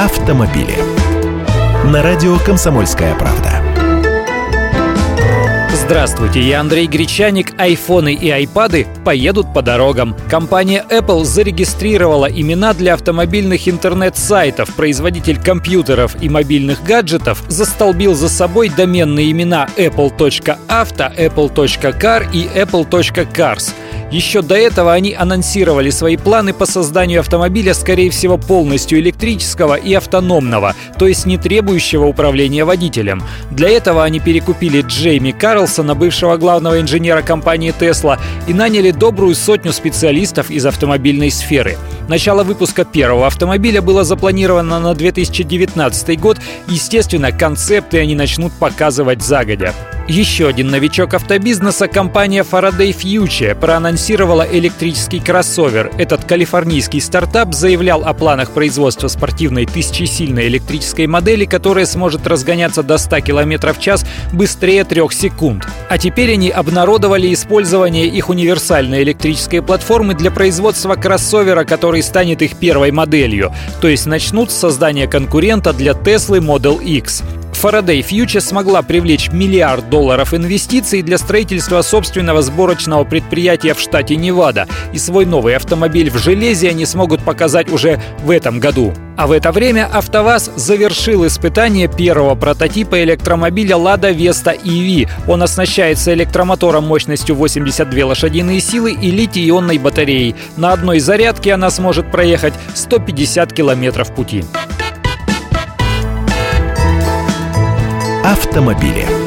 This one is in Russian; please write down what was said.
автомобили. На радио «Комсомольская правда». Здравствуйте, я Андрей Гречаник. Айфоны и айпады поедут по дорогам. Компания Apple зарегистрировала имена для автомобильных интернет-сайтов. Производитель компьютеров и мобильных гаджетов застолбил за собой доменные имена apple.auto, apple.car и apple.cars. Еще до этого они анонсировали свои планы по созданию автомобиля, скорее всего, полностью электрического и автономного, то есть не требующего управления водителем. Для этого они перекупили Джейми Карлсона, бывшего главного инженера компании Tesla, и наняли добрую сотню специалистов из автомобильной сферы. Начало выпуска первого автомобиля было запланировано на 2019 год. Естественно, концепты они начнут показывать загодя. Еще один новичок автобизнеса, компания Faraday Future, проанонсировала электрический кроссовер. Этот калифорнийский стартап заявлял о планах производства спортивной тысячесильной электрической модели, которая сможет разгоняться до 100 км в час быстрее 3 секунд. А теперь они обнародовали использование их универсальной электрической платформы для производства кроссовера, который станет их первой моделью. То есть начнут с создания конкурента для Tesla Model X. Faraday Future смогла привлечь $1 миллиард инвестиций для строительства собственного сборочного предприятия в штате Невада. И свой новый автомобиль в железе они смогут показать уже в этом году. А в это время АвтоВАЗ завершил испытание первого прототипа электромобиля Lada Vesta EV. Он оснащается электромотором мощностью 82 лошадиные силы и литий-ионной батареей. На одной зарядке она сможет проехать 150 километров пути. Автомобили.